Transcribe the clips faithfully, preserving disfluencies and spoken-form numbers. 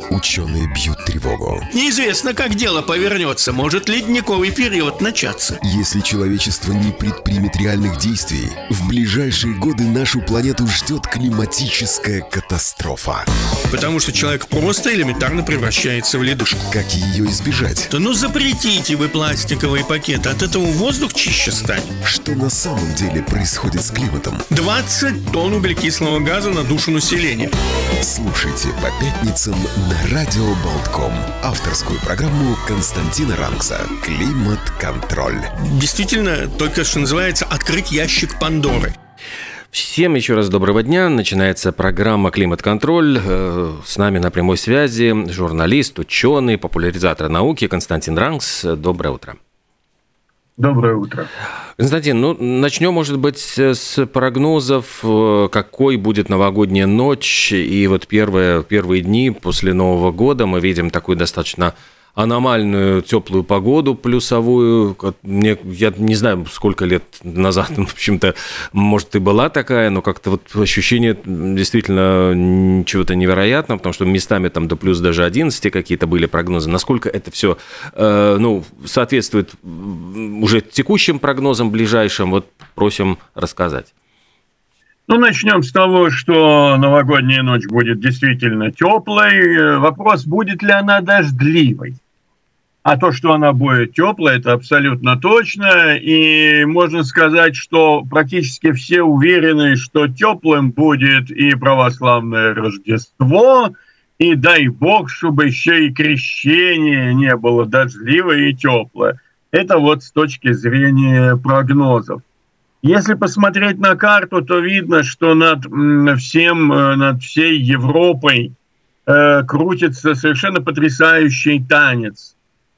Ученые бьют тревогу. Неизвестно, как дело повернется. Может ледниковый период начаться. Если человечество не предпримет реальных действий, в ближайшие годы нашу планету ждет климатическая катастрофа. Потому что человек просто элементарно превращается в ледышку. Как ее избежать? Да ну запретите вы пластиковые пакеты. От этого воздух чище станет. Что на самом деле происходит с климатом? двадцать тонн углекислого газа на душу населения. Слушайте по пятницам на Радио Болтком авторскую программу Константина Рангса «Климат-контроль». Действительно, только что называется «Открыть ящик Пандоры». Всем еще раз доброго дня. Начинается программа «Климат-контроль». С нами на прямой связи журналист, ученый, популяризатор науки Константин Рангс. Доброе утро. Доброе утро. Константин, ну, начнем, может быть, с прогнозов, какой будет новогодняя ночь. И вот первые, первые дни после Нового года мы видим такую достаточно аномальную теплую погоду плюсовую. Мне, я не знаю, сколько лет назад, в общем-то, может, и была такая, но как-то вот ощущение действительно чего-то невероятного, потому что местами там до плюс даже одиннадцати какие-то были прогнозы. Насколько это все э, ну, соответствует уже текущим прогнозам ближайшим, вот просим рассказать. Ну, начнем с того, что новогодняя ночь будет действительно теплой. Вопрос, будет ли она дождливой. А то, что она будет теплой, это абсолютно точно. И можно сказать, что практически все уверены, что теплым будет и православное Рождество. И дай бог, чтобы еще и крещение не было дождливое и теплое. Это вот с точки зрения прогнозов. Если посмотреть на карту, то видно, что над всем, над всей Европой э, крутится совершенно потрясающий танец.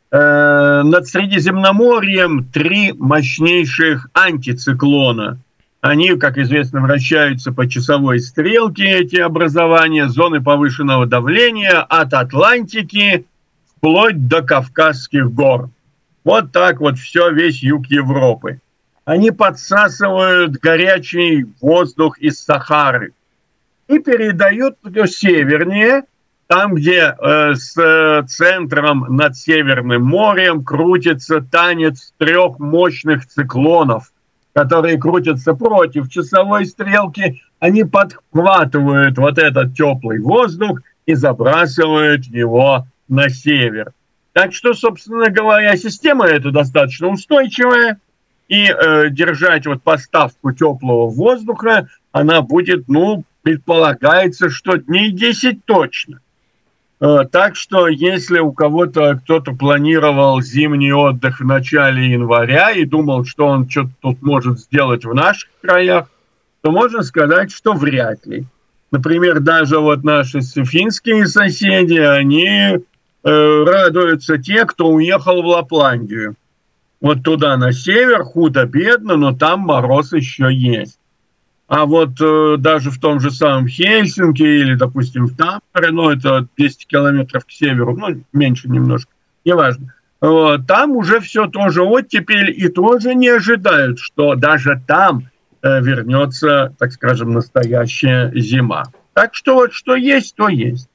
Э, над Средиземноморьем три мощнейших антициклона. Они, как известно, вращаются по часовой стрелке, эти образования, зоны повышенного давления от Атлантики вплоть до Кавказских гор. Вот так вот все, весь юг Европы. Они подсасывают горячий воздух из Сахары и передают севернее, там, где э, с центром над Северным морем крутится танец трех мощных циклонов, которые крутятся против часовой стрелки. Они подхватывают вот этот теплый воздух и забрасывают его на север. Так что, собственно говоря, система эта достаточно устойчивая. И э, держать вот поставку теплого воздуха, она будет, ну, предполагается, что дней десять точно. Э, так что, если у кого-то кто-то планировал зимний отдых в начале января и думал, что он что-то тут может сделать в наших краях, то можно сказать, что вряд ли. Например, даже вот наши финские соседи, они э, радуются те, кто уехал в Лапландию. Вот туда на север, худо-бедно, но там мороз еще есть. А вот э, даже в том же самом Хельсинки или, допустим, в Тампере, ну, это двести километров к северу, ну, меньше немножко, неважно. Вот, там уже все тоже оттепель, и тоже не ожидают, что даже там э, вернется, так скажем, настоящая зима. Так что вот что есть, то есть.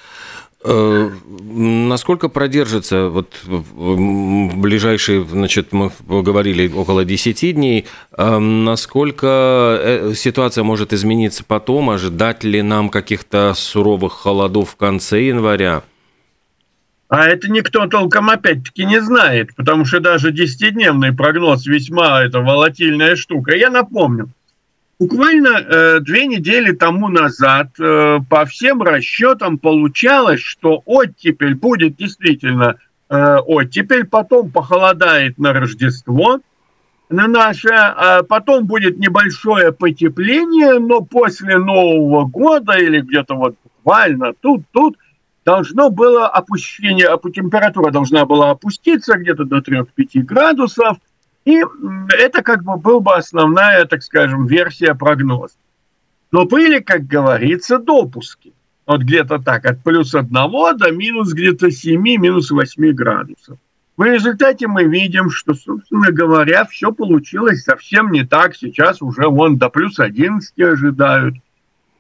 Насколько продержится вот ближайшие, значит, мы говорили, около десяти дней, насколько ситуация может измениться потом, ожидать ли нам каких-то суровых холодов в конце января? А это никто толком опять-таки не знает, потому что даже десятидневный прогноз весьма это волатильная штука. Я напомню. Буквально э, две недели тому назад э, по всем расчетам получалось, что оттепель будет действительно э, оттепель, потом похолодает на Рождество на наше, а потом будет небольшое потепление, но после Нового года или где-то вот буквально тут-тут должно было опущение, температура должна была опуститься где-то до трёх-пяти градусов. И это как бы была бы основная, так скажем, версия прогноза. Но были, как говорится, допуски. Вот где-то так, от плюс одного до минус где-то семи, минус восьми градусов. В результате мы видим, что, собственно говоря, все получилось совсем не так. Сейчас уже вон до плюс одиннадцати ожидают.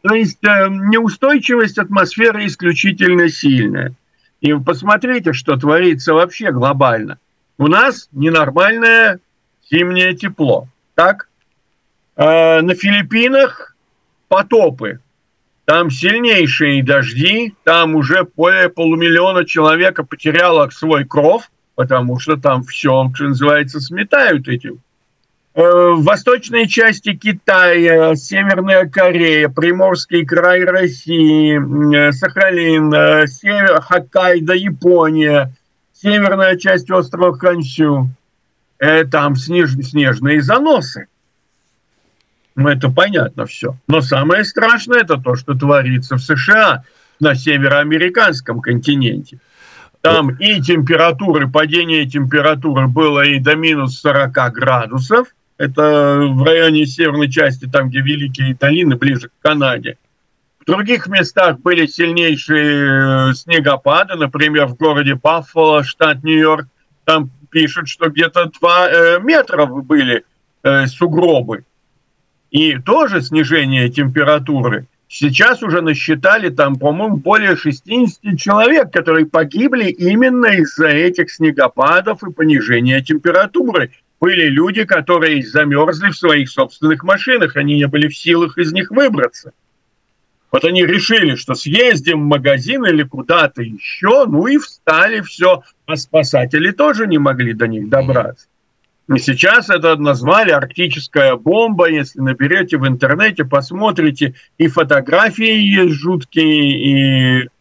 То есть неустойчивость атмосферы исключительно сильная. И посмотрите, что творится вообще глобально. У нас ненормальное зимнее тепло. Так? А на Филиппинах потопы. Там сильнейшие дожди, там уже более полумиллиона человек потеряло свой кров, потому что там все, что называется, сметают этим. В восточной части Китая, Северная Корея, Приморский край России, Сахалин, север Хоккайдо, Япония, северная часть острова Хансю. Там снеж, снежные заносы. Ну, это понятно все. Но самое страшное – это то, что творится в США, на североамериканском континенте. Там и температуры, падение температуры было и до минус сорок градусов. Это в районе северной части, там, где Великие долины, ближе к Канаде. В других местах были сильнейшие снегопады, например, в городе Баффало, штат Нью-Йорк. Там пишут, что где-то два метра были сугробы. И тоже снижение температуры. Сейчас уже насчитали там, по-моему, более шестьдесят человек, которые погибли именно из-за этих снегопадов и понижения температуры. Были люди, которые замерзли в своих собственных машинах, они не были в силах из них выбраться. Вот они решили, что съездим в магазин или куда-то еще, ну и встали, все. А спасатели тоже не могли до них добраться. И сейчас это назвали арктическая бомба. Если наберете в интернете, посмотрите, и фотографии есть жуткие, и э,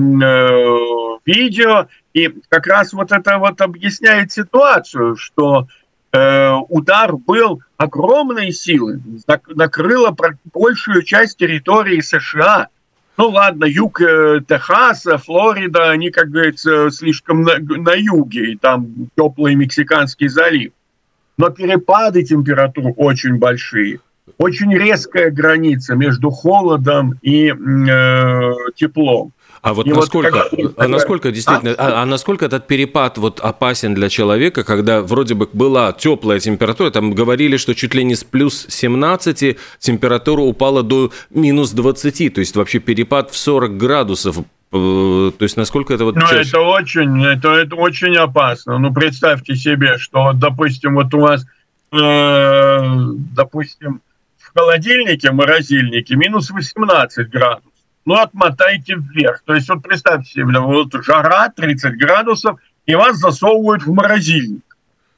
видео. И как раз вот это вот объясняет ситуацию, что э, удар был огромной силы, накрыло большую часть территории США. Ну ладно, юг э, Техаса, Флорида, они, как говорится, слишком на, на юге, и там теплый Мексиканский залив. Но перепады температур очень большие. Очень резкая граница между холодом и э, теплом. А вот и насколько, вот, а насколько действительно, а? А, а насколько этот перепад вот опасен для человека, когда вроде бы была теплая температура, там говорили, что чуть ли не с плюс семнадцати температура упала до минус двадцати, то есть вообще перепад в сорок градусов. То есть насколько это вот... Ну, чаще... это очень, это, это очень опасно. Ну, представьте себе, что, вот, допустим, вот у вас, э, допустим, в холодильнике, морозильнике минус восемнадцать градусов. Ну, отмотайте вверх. То есть, вот представьте себе, вот жара тридцать градусов, и вас засовывают в морозильник.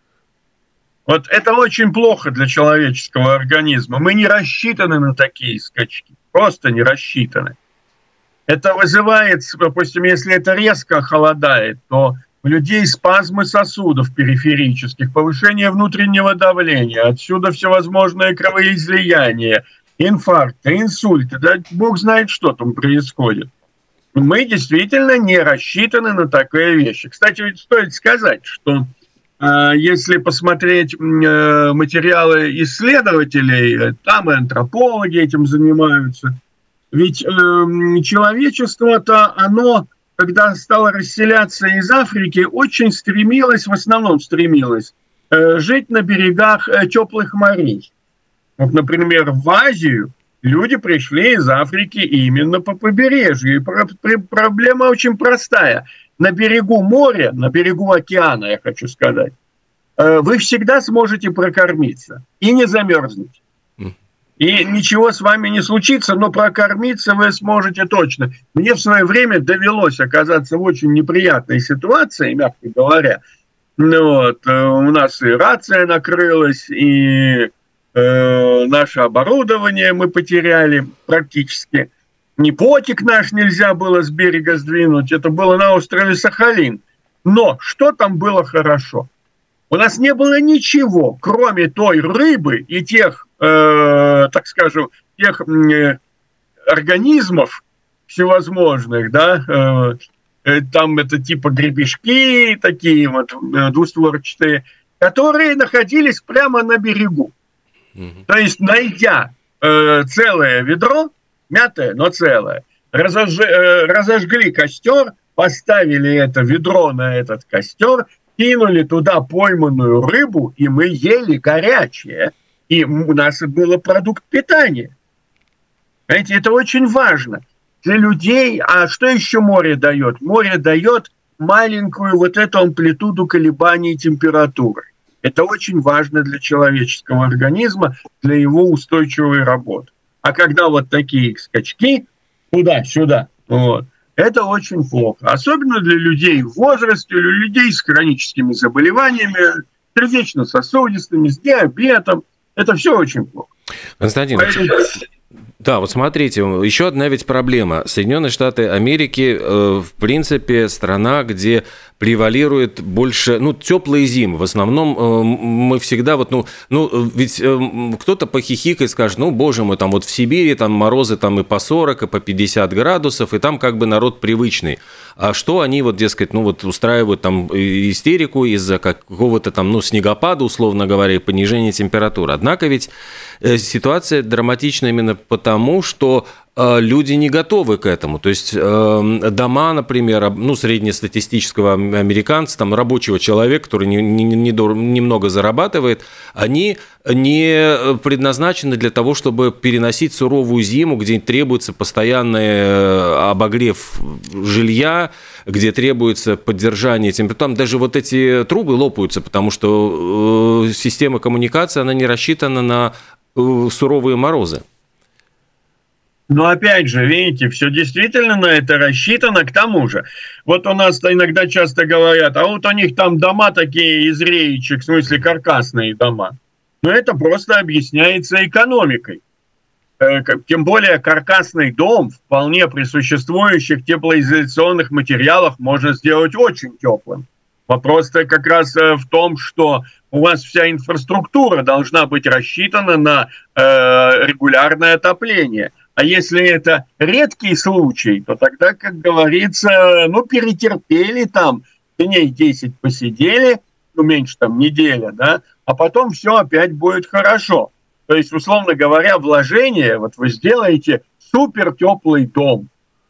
Вот это очень плохо для человеческого организма. Мы не рассчитаны на такие скачки. Просто не рассчитаны. Это вызывает, допустим, если это резко холодает, то у людей спазмы сосудов периферических, повышение внутреннего давления, отсюда всевозможные кровоизлияния, инфаркты, инсульты, да бог знает, что там происходит. Мы действительно не рассчитаны на такие вещи. Кстати, ведь стоит сказать, что э, если посмотреть э, материалы исследователей, там и антропологи этим занимаются, ведь э, человечество-то, оно, когда стало расселяться из Африки, очень стремилось, в основном стремилось, э, жить на берегах э, теплых морей. Вот, например, в Азию люди пришли из Африки именно по побережью. И про- про- проблема очень простая. На берегу моря, на берегу океана, я хочу сказать, э, вы всегда сможете прокормиться и не замерзнуть. И ничего с вами не случится, но прокормиться вы сможете точно. Мне в свое время довелось оказаться в очень неприятной ситуации, мягко говоря. Вот. У нас и рация накрылась, и э, наше оборудование мы потеряли практически. Ни потик наш нельзя было с берега сдвинуть, это было на острове Сахалин. Но что там было хорошо? У нас не было ничего, кроме той рыбы и тех, э, так скажем, тех э, организмов всевозможных, да, э, там это типа гребешки, такие вот э, двустворчатые, которые находились прямо на берегу. Mm-hmm. То есть, найдя э, целое ведро, мятое, но целое, разож, э, разожгли костер, поставили это ведро на этот костер, кинули туда пойманную рыбу, и мы ели горячее. И у нас был продукт питания. Понимаете, это очень важно для людей. А что еще море дает? Море дает маленькую вот эту амплитуду колебаний температуры. Это очень важно для человеческого организма, для его устойчивой работы. А когда вот такие скачки туда-сюда, вот, это очень плохо. Особенно для людей в возрасте, для людей с хроническими заболеваниями, сердечно-сосудистыми, с диабетом. Это все очень плохо. Константин, Поэтому... да, вот смотрите, еще одна ведь проблема. Соединенные Штаты Америки, э, в принципе, страна, где превалирует больше, ну, теплые зимы. В основном э, мы всегда вот, ну, ну ведь э, кто-то похихикает, скажет, ну, боже мой, там вот в Сибири там морозы там и по сорок, и по пятьдесят градусов, и там как бы народ привычный. А что они вот, дескать, ну, вот устраивают там истерику из-за какого-то там, ну, снегопада, условно говоря, и понижения температуры. Однако ведь э, ситуация драматична именно потому, что люди не готовы к этому. То есть дома, например, ну, среднестатистического американца, там, рабочего человека, который не, не, не, немного зарабатывает, они не предназначены для того, чтобы переносить суровую зиму, где требуется постоянный обогрев жилья, где требуется поддержание температуры. Там даже вот эти трубы лопаются, потому что система коммуникации, она не рассчитана на суровые морозы. Но опять же, видите, все действительно на это рассчитано. К тому же, вот у нас иногда часто говорят, а вот у них там дома такие из реечек, в смысле каркасные дома. Но это просто объясняется экономикой. Тем более каркасный дом вполне при существующих теплоизоляционных материалах можно сделать очень теплым. Вопрос-то как раз в том, что у вас вся инфраструктура должна быть рассчитана на э, регулярное отопление. А если это редкий случай, то тогда, как говорится, ну, перетерпели там, дней десять посидели, ну, меньше там неделя, да, а потом все опять будет хорошо. То есть, условно говоря, вложение, вот вы сделаете супер теплый дом,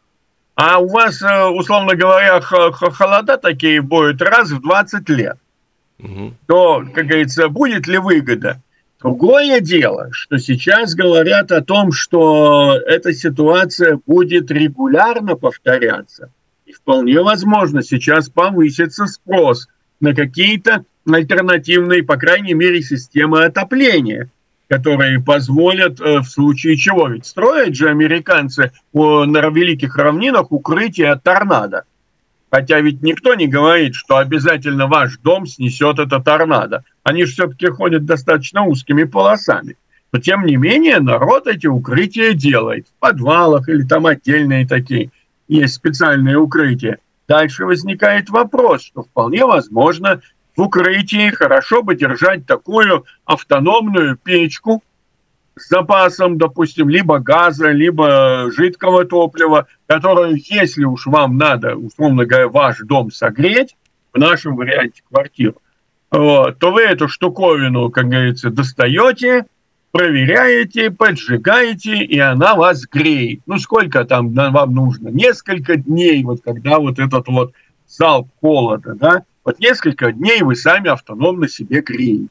а у вас, условно говоря, холода такие будут раз в двадцать лет, угу. То, как говорится, будет ли выгода? Другое дело, что сейчас говорят о том, что эта ситуация будет регулярно повторяться. И вполне возможно, сейчас повысится спрос на какие-то альтернативные, по крайней мере, системы отопления, которые позволят в случае чего. Ведь строят же американцы на великих равнинах укрытие от торнадо. Хотя ведь никто не говорит, что обязательно ваш дом снесет это торнадо. Они же все-таки ходят достаточно узкими полосами. Но тем не менее народ эти укрытия делает. В подвалах или там отдельные такие. Есть специальные укрытия. Дальше возникает вопрос, что вполне возможно в укрытии хорошо бы держать такую автономную печку с запасом, допустим, либо газа, либо жидкого топлива, которую, если уж вам надо, условно говоря, ваш дом согреть, в нашем варианте квартиру, вот, то вы эту штуковину, как говорится, достаете, проверяете, поджигаете, и она вас греет. Ну, сколько там вам нужно? Несколько дней, вот когда вот этот вот залп холода, да, вот несколько дней вы сами автономно себе греете.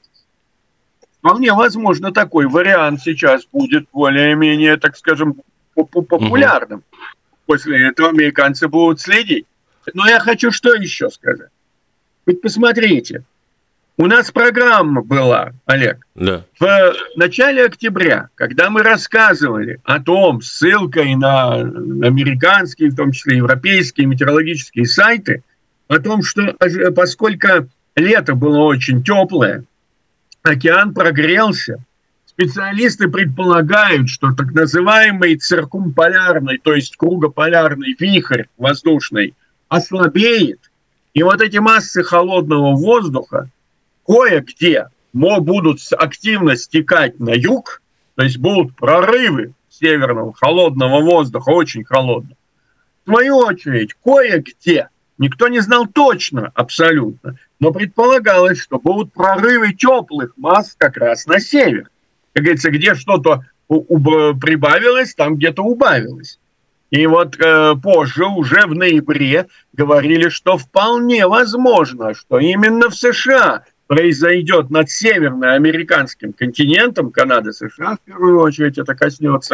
Вполне возможно, такой вариант сейчас будет более-менее, так скажем, популярным. Угу. После этого американцы будут следить. Но я хочу что еще сказать. Ведь посмотрите, у нас программа была, Олег, да. В начале октября, когда мы рассказывали о том, ссылкой на американские, в том числе европейские метеорологические сайты, о том, что поскольку лето было очень теплое, океан прогрелся. Специалисты предполагают, что так называемый циркумполярный, то есть кругополярный вихрь воздушный, ослабеет. И вот эти массы холодного воздуха кое-где будут активно стекать на юг, то есть будут прорывы северного холодного воздуха, очень холодного. В свою очередь, кое-где, никто не знал точно абсолютно, но предполагалось, что будут прорывы теплых масс как раз на север. Как говорится, где что-то прибавилось, там где-то убавилось. И вот э, позже, уже в ноябре, говорили, что вполне возможно, что именно в США произойдет над северноамериканским континентом, Канада, США в первую очередь это коснется,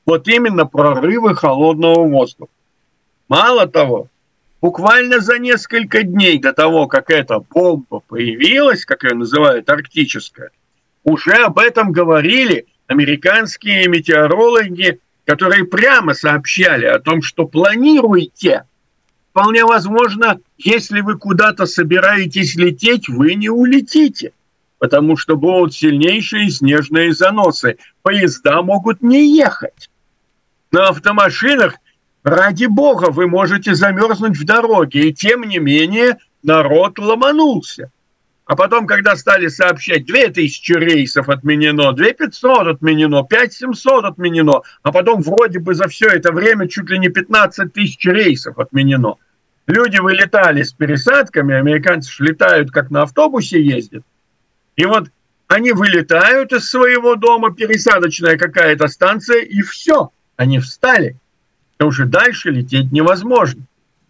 Вот именно прорывы холодного воздуха. Мало того, буквально за несколько дней до того, как эта бомба появилась, как ее называют, арктическая, уже об этом говорили американские метеорологи, которые прямо сообщали о том, что планируйте. Вполне возможно, если вы куда-то собираетесь лететь, вы не улетите, потому что будут сильнейшие снежные заносы. Поезда могут не ехать. На автомашинах, ради бога, вы можете замерзнуть в дороге. И тем не менее народ ломанулся. А потом, когда стали сообщать, две тысячи рейсов отменено, две тысячи пятьсот отменено, пять тысяч семьсот отменено, а потом вроде бы за все это время чуть ли не пятнадцать тысяч рейсов отменено. Люди вылетали с пересадками, американцы же летают, как на автобусе ездят. И вот они вылетают из своего дома, пересадочная какая-то станция, и все, они встали. Потому что дальше лететь невозможно.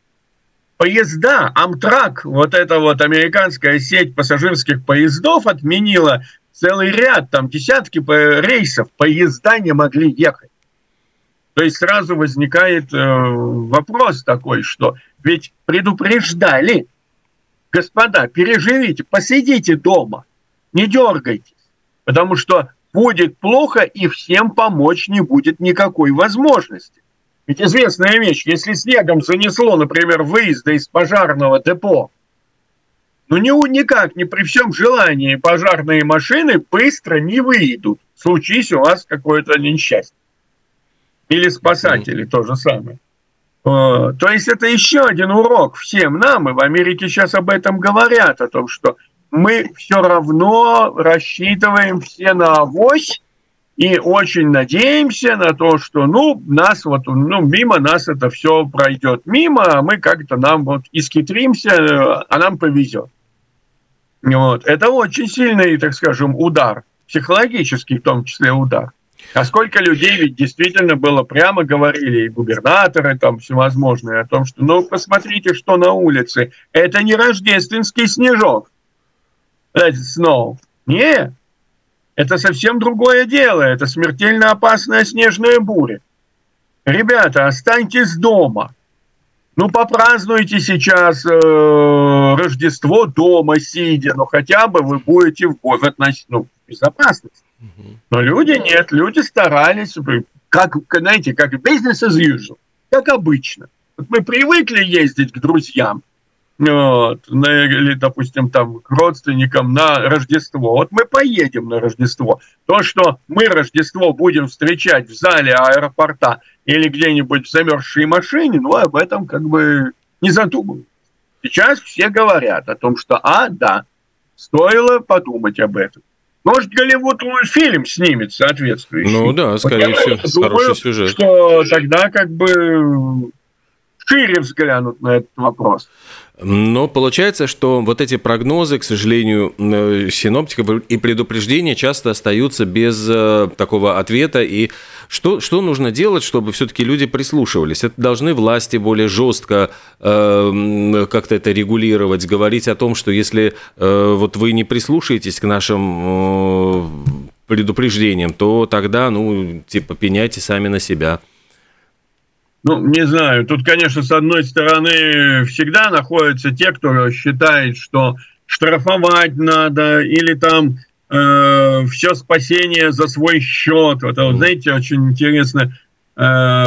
Поезда, Амтрак, вот эта вот американская сеть пассажирских поездов отменила целый ряд, там десятки рейсов, поезда не могли ехать. То есть сразу возникает э, вопрос такой, что ведь предупреждали, господа, переживите, посидите дома, не дергайтесь, потому что будет плохо и всем помочь не будет никакой возможности. Ведь известная вещь, если снегом занесло, например, выезда из пожарного депо, ну ни, никак, ни при всем желании пожарные машины быстро не выйдут, случись у вас какое-то несчастье. Или спасатели, то же самое. То есть это еще один урок всем нам, и в Америке сейчас об этом говорят, о том, что мы все равно рассчитываем все на авось, и очень надеемся на то, что, ну, нас вот, ну, мимо нас это все пройдет мимо, а мы как-то нам вот исхитримся, а нам повезет. Вот. Это очень сильный, так скажем, удар, психологический в том числе удар. А сколько людей ведь действительно было, прямо говорили, и губернаторы там всевозможные, о том, что, ну, посмотрите, что на улице, это не рождественский снежок. Snow. Нет. Это совсем другое дело. Это смертельно опасная снежная буря. Ребята, останьтесь дома. Ну, попразднуйте сейчас э, Рождество дома, сидя. Ну, хотя бы вы будете в, в, ну, в безопасности. Но люди нет. Люди старались, как, знаете, как business as usual. Как обычно. Вот мы привыкли ездить к друзьям. Вот, или, допустим, там, к родственникам на Рождество. Вот мы поедем на Рождество. То, что мы Рождество будем встречать в зале аэропорта или где-нибудь в замерзшей машине, ну, об этом как бы не задумываются. Сейчас все говорят о том, что, а, да, стоило подумать об этом. Может, Голливуд фильм снимет соответствующий. Ну да, скорее всего, думаю, хороший сюжет. Что тогда как бы шире взглянут на этот вопрос. Но получается, что вот эти прогнозы, к сожалению, синоптиков и предупреждения часто остаются без такого ответа. И что, что нужно делать, чтобы все-таки люди прислушивались? Это должны власти более жестко э, как-то это регулировать, говорить о том, что если э, вот вы не прислушаетесь к нашим э, предупреждениям, то тогда, ну, типа, пеняйте сами на себя. Ну, не знаю, тут, конечно, с одной стороны, всегда находятся те, кто считает, что штрафовать надо, или там э, все спасение за свой счет. Вот, вот знаете, очень интересно э,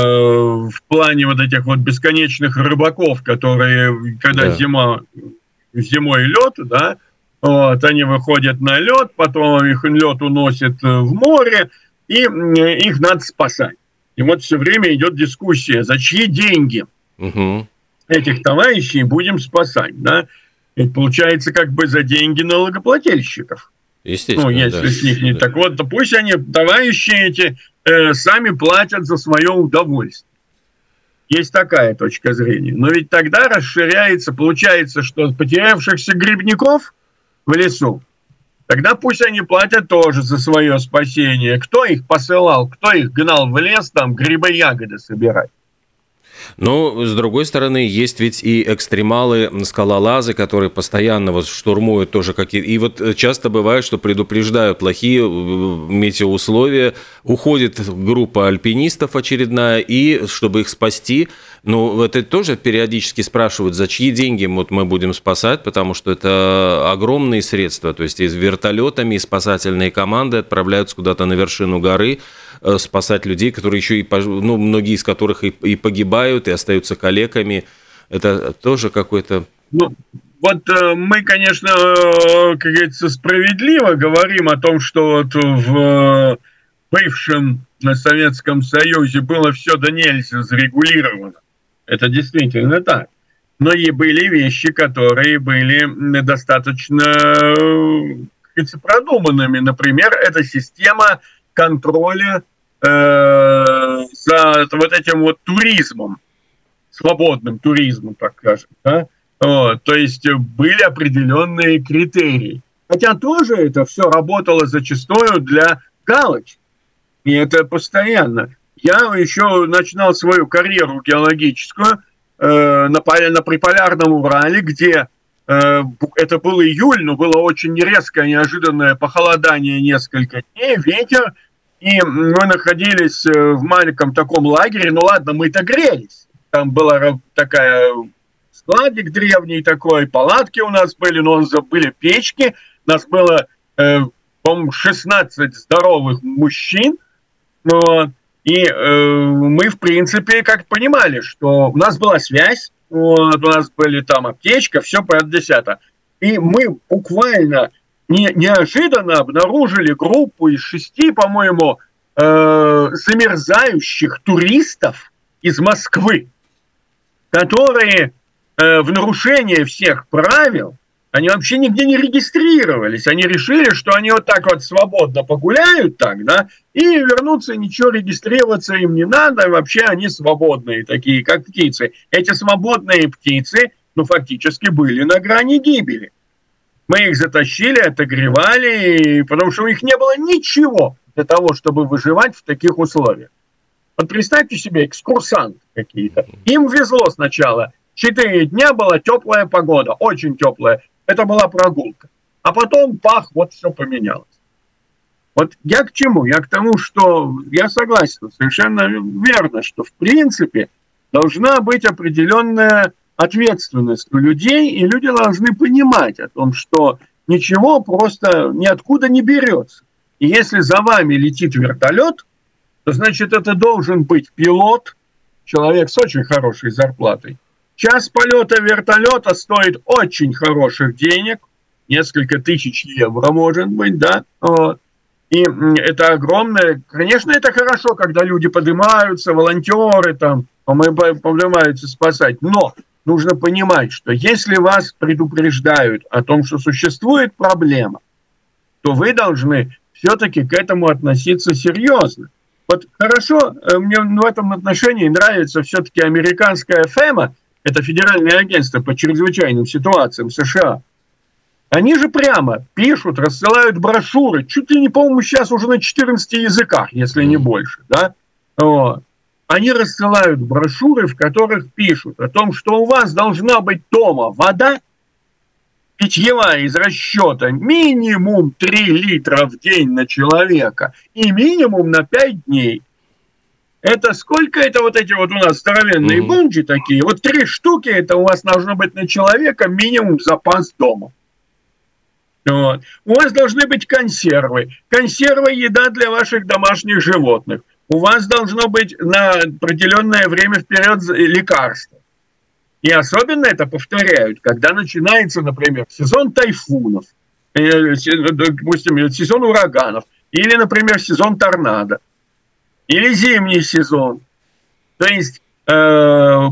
в плане вот этих вот бесконечных рыбаков, которые, когда да. зима, зимой лед, да, вот, они выходят на лед, потом их лед уносит в море, и их надо спасать. И вот все время идет дискуссия, за чьи деньги угу. этих товарищей будем спасать. Да? И получается как бы за деньги налогоплательщиков. Естественно, ну, если да. с них не да. так. Вот, то пусть они, товарищи эти, э, сами платят за свое удовольствие. Есть такая точка зрения. Но ведь тогда расширяется, получается, что потерявшихся грибников в лесу, тогда пусть они платят тоже за свое спасение. Кто их посылал, кто их гнал в лес, там, грибы-ягоды собирать? Но, с другой стороны, есть ведь и экстремалы, скалолазы, которые постоянно вот штурмуют тоже какие-то... И вот часто бывает, что предупреждают плохие метеоусловия, уходит группа альпинистов очередная, и чтобы их спасти, ну, это тоже периодически спрашивают, за чьи деньги вот мы будем спасать, потому что это огромные средства, то есть и с вертолетами, и спасательные команды отправляются куда-то на вершину горы, спасать людей, которые еще и, ну, многие из которых и, и погибают, и остаются калеками. Это тоже какой-то... Ну, вот э, мы, конечно, э, как говорится, справедливо говорим о том, что вот в бывшем Советском Союзе было все до нельзя зарегулировано. Это действительно так. Но и были вещи, которые были достаточно, как говорится, продуманными. Например, это система контроля э, за вот этим вот туризмом, свободным туризмом, так скажем. Да? Вот, то есть были определенные критерии. Хотя тоже это все работало зачастую для галочки. И это постоянно. Я еще начинал свою карьеру геологическую э, на, на приполярном Урале, где э, это был июль, но было очень резкое, неожиданное похолодание несколько дней, ветер. И мы находились в маленьком таком лагере. Ну ладно, мы-то грелись. Там была такая складик древний такой, палатки у нас были, но у нас были печки. У нас было, э, по-моему, шестнадцать здоровых мужчин. Вот. И э, мы, в принципе, как понимали, что у нас была связь, вот, у нас были там аптечка, все по десятое. И мы буквально... Не, неожиданно обнаружили группу из шести, по-моему, э, замерзающих туристов из Москвы, которые э, в нарушение всех правил, они вообще нигде не регистрировались. Они решили, что они вот так вот свободно погуляют так, да, и вернуться, ничего регистрироваться им не надо, вообще они свободные такие, как птицы. Эти свободные птицы, ну, фактически были на грани гибели. Мы их затащили, отогревали, потому что у них не было ничего для того, чтобы выживать в таких условиях. Вот представьте себе, экскурсанты какие-то. Им везло сначала. Четыре дня была теплая погода, очень теплая. Это была прогулка. А потом, пах, вот все поменялось. Вот я к чему? Я к тому, что я согласен, совершенно верно, что в принципе должна быть определенная ответственность у людей, и люди должны понимать о том, что ничего просто ниоткуда не берется. И если за вами летит вертолет, то значит это должен быть пилот, человек с очень хорошей зарплатой. Час полета вертолета стоит очень хороших денег, несколько тысяч евро, может быть, да, вот. И это огромное, конечно, это хорошо, когда люди поднимаются, волонтеры там, поднимаются спасать, но нужно понимать, что если вас предупреждают о том, что существует проблема, то вы должны все-таки к этому относиться серьезно. Вот хорошо, мне в этом отношении нравится все-таки американская фэма, это Федеральное агентство по чрезвычайным ситуациям США. Они же прямо пишут, рассылают брошюры, чуть ли не, по-моему, сейчас уже на четырнадцати языках, если не больше, да, вот. Они рассылают брошюры, в которых пишут о том, что у вас должна быть дома вода, питьевая из расчета минимум три литра в день на человека и минимум на пять дней. Это сколько это вот эти вот у нас здоровенные mm-hmm. бунджи такие? Вот три штуки, это у вас должно быть на человека минимум запас дома. Вот. У вас должны быть консервы. Консервы – еда для ваших домашних животных. У вас должно быть на определенное время вперед лекарства. И особенно это повторяют, когда начинается, например, сезон тайфунов, допустим, сезон ураганов, или, например, сезон торнадо, или зимний сезон. То есть, э,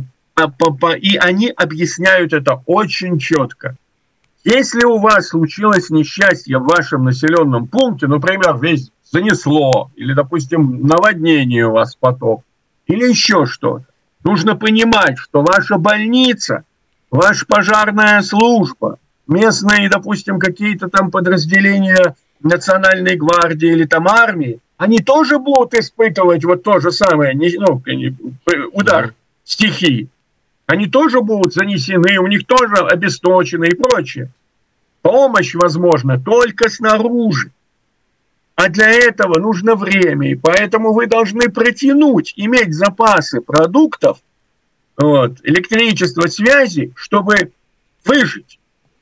и они объясняют это очень четко. Если у вас случилось несчастье в вашем населенном пункте, например, весь занесло, или, допустим, наводнение у вас потоп, или еще что-то, нужно понимать, что ваша больница, ваша пожарная служба, местные, допустим, какие-то там подразделения Национальной гвардии или там армии, они тоже будут испытывать вот то же самое, ну, удар стихии, они тоже будут занесены, у них тоже обесточены и прочее. Помощь возможна только снаружи. А для этого нужно время, и поэтому вы должны протянуть, иметь запасы продуктов, вот, электричества, связи, чтобы выжить.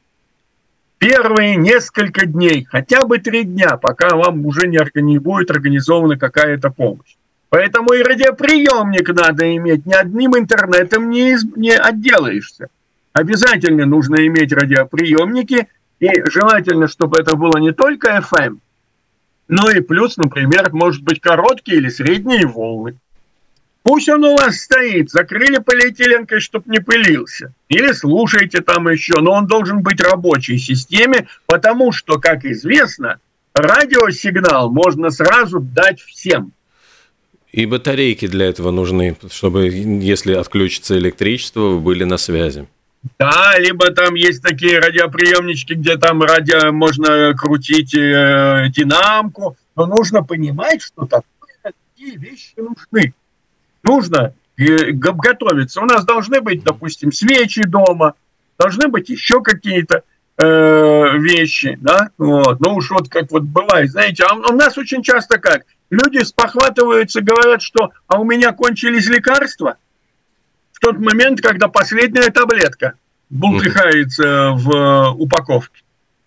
Первые несколько дней, хотя бы три дня, пока вам уже не, не будет организована какая-то помощь. Поэтому и радиоприемник надо иметь, ни одним интернетом не, не отделаешься. Обязательно нужно иметь радиоприемники, и желательно, чтобы это было не только эф эм, но и плюс, например, может быть, короткие или средние волны. Пусть он у вас стоит, закрыли полиэтиленкой, чтобы не пылился. Или слушайте там еще, но он должен быть в рабочей системе, потому что, как известно, радиосигнал можно сразу дать всем. И батарейки для этого нужны, чтобы, если отключится электричество, вы были на связи. Да, либо там есть такие радиоприемнички, где там радио можно крутить э, динамку, но нужно понимать, что такое, такие вещи нужны. Нужно э, готовиться. У нас должны быть, допустим, свечи дома, должны быть еще какие-то э, вещи, да, вот. Ну уж вот как вот бывает, знаете, а у нас очень часто как? Люди спохватываются, говорят, что а у меня кончились лекарства в тот момент, когда последняя таблетка бултыхается в упаковке.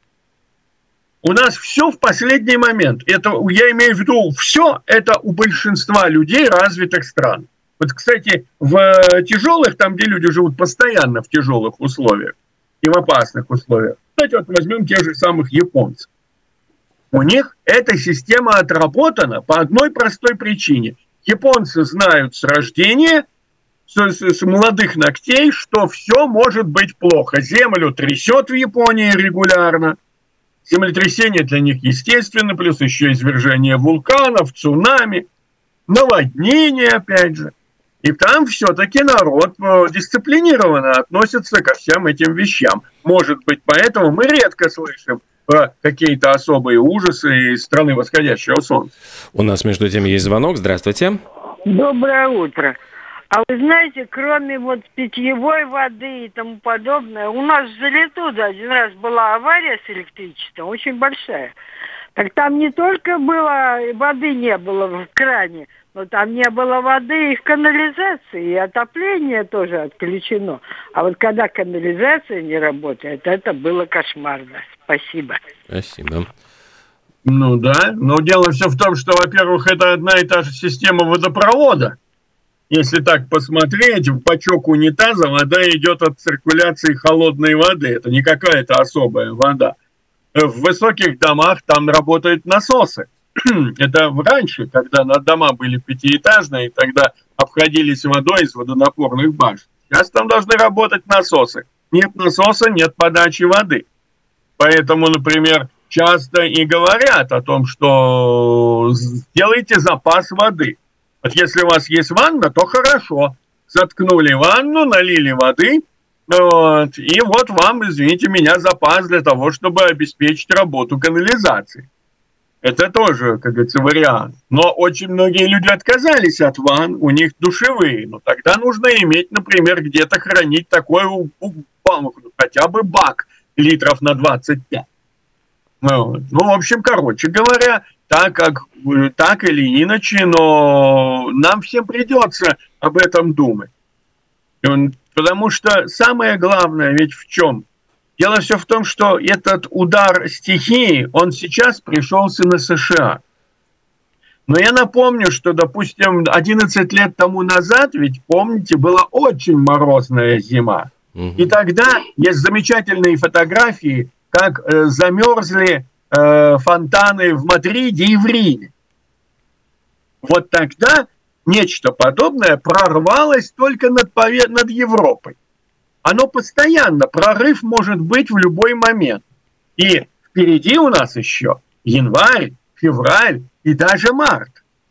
У нас все в последний момент. Это, я имею в виду, все это у большинства людей развитых стран. Вот, кстати, в тяжелых, там, где люди живут постоянно в тяжелых условиях и в опасных условиях, кстати, вот возьмем тех же самых японцев. У них эта система отработана по одной простой причине. Японцы знают с рождения, с, с, с молодых ногтей, что все может быть плохо. Землю трясет в Японии регулярно. Землетрясение для них естественно, плюс еще извержение вулканов, цунами, наводнение, опять же. И там все-таки народ дисциплинированно относится ко всем этим вещам. Может быть, поэтому мы редко слышим про какие-то особые ужасы из страны восходящего солнца. У нас, между тем, есть звонок. Здравствуйте. Доброе утро. А вы знаете, кроме вот питьевой воды и тому подобное, у нас в Залитуда один раз была авария с электричеством, очень большая. Так там не только было, воды не было в кране, но там не было воды и в канализации, и отопление тоже отключено. А вот когда канализация не работает, это было кошмарно. Спасибо. Спасибо. Ну да, но дело все в том, что, во-первых, это одна и та же система водопровода. Если так посмотреть, в бачок унитаза вода идет от циркуляции холодной воды. Это не какая-то особая вода. В высоких домах там работают насосы. Это раньше, когда дома были пятиэтажные, тогда обходились водой из водонапорных башен. Сейчас там должны работать насосы. Нет насоса, нет подачи воды. Поэтому, например, часто и говорят о том, что сделайте запас воды. Вот если у вас есть ванна, то хорошо. Заткнули ванну, налили воды, вот, и вот вам, извините меня, запас для того, чтобы обеспечить работу канализации. Это тоже, как говорится, вариант. Но очень многие люди отказались от ванн, у них душевые. Но тогда нужно иметь, например, где-то хранить такой, хотя бы бак литров на двадцать пять. Ну, ну, в общем, короче говоря, так, как, так или иначе, но нам всем придется об этом думать. Потому что самое главное ведь в чем? Дело все в том, что этот удар стихии, он сейчас пришелся на США. Но я напомню, что, допустим, одиннадцать лет тому назад, ведь, помните, была очень морозная зима. Угу. И тогда есть замечательные фотографии, как э, замерзли э, фонтаны в Мадриде и в Риме. Вот тогда нечто подобное прорвалось только над, над Европой. Оно постоянно, прорыв может быть в любой момент. И впереди у нас еще январь, февраль и даже март.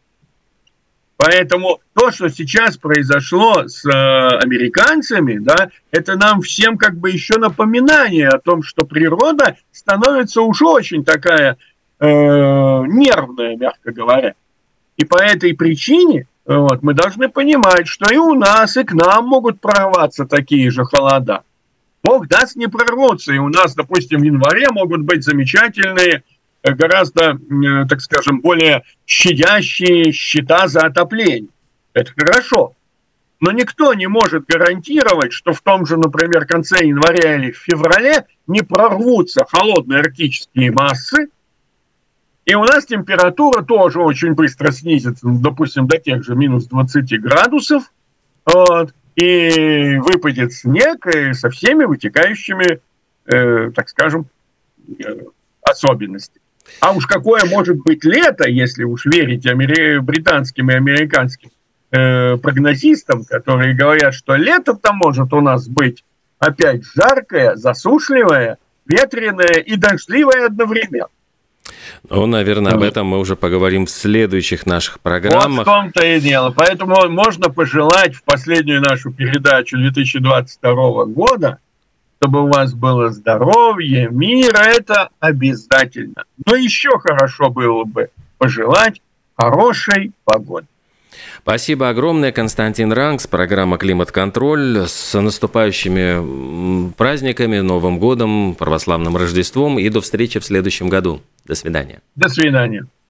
Поэтому то, что сейчас произошло с э, американцами, да, это нам всем как бы еще напоминание о том, что природа становится уж очень такая э, нервная, мягко говоря. И по этой причине Вот, мы должны понимать, что и у нас, и к нам могут прорваться такие же холода. Бог даст, не прорвутся. И у нас, допустим, в январе могут быть замечательные, гораздо, так скажем, более щадящие счета за отопление. Это хорошо. Но никто не может гарантировать, что в том же, например, конце января или в феврале не прорвутся холодные арктические массы, и у нас температура тоже очень быстро снизится, допустим, до тех же минус двадцати градусов, вот, и выпадет снег и со всеми вытекающими, э, так скажем, э, особенностями. А уж какое может быть лето, если уж верить амери- британским и американским э, прогнозистам, которые говорят, что лето-то может у нас быть опять жаркое, засушливое, ветреное и дождливое одновременно. Ну, наверное, об этом мы уже поговорим в следующих наших программах. Вот в том-то и дело. Поэтому можно пожелать в последнюю нашу передачу две тысячи двадцать второго года, чтобы у вас было здоровье, мир, это обязательно. Но еще хорошо было бы пожелать хорошей погоды. Спасибо огромное, Константин Рангс, программа «Климат-контроль». С наступающими праздниками, Новым годом, православным Рождеством и до встречи в следующем году. До свидания. До свидания.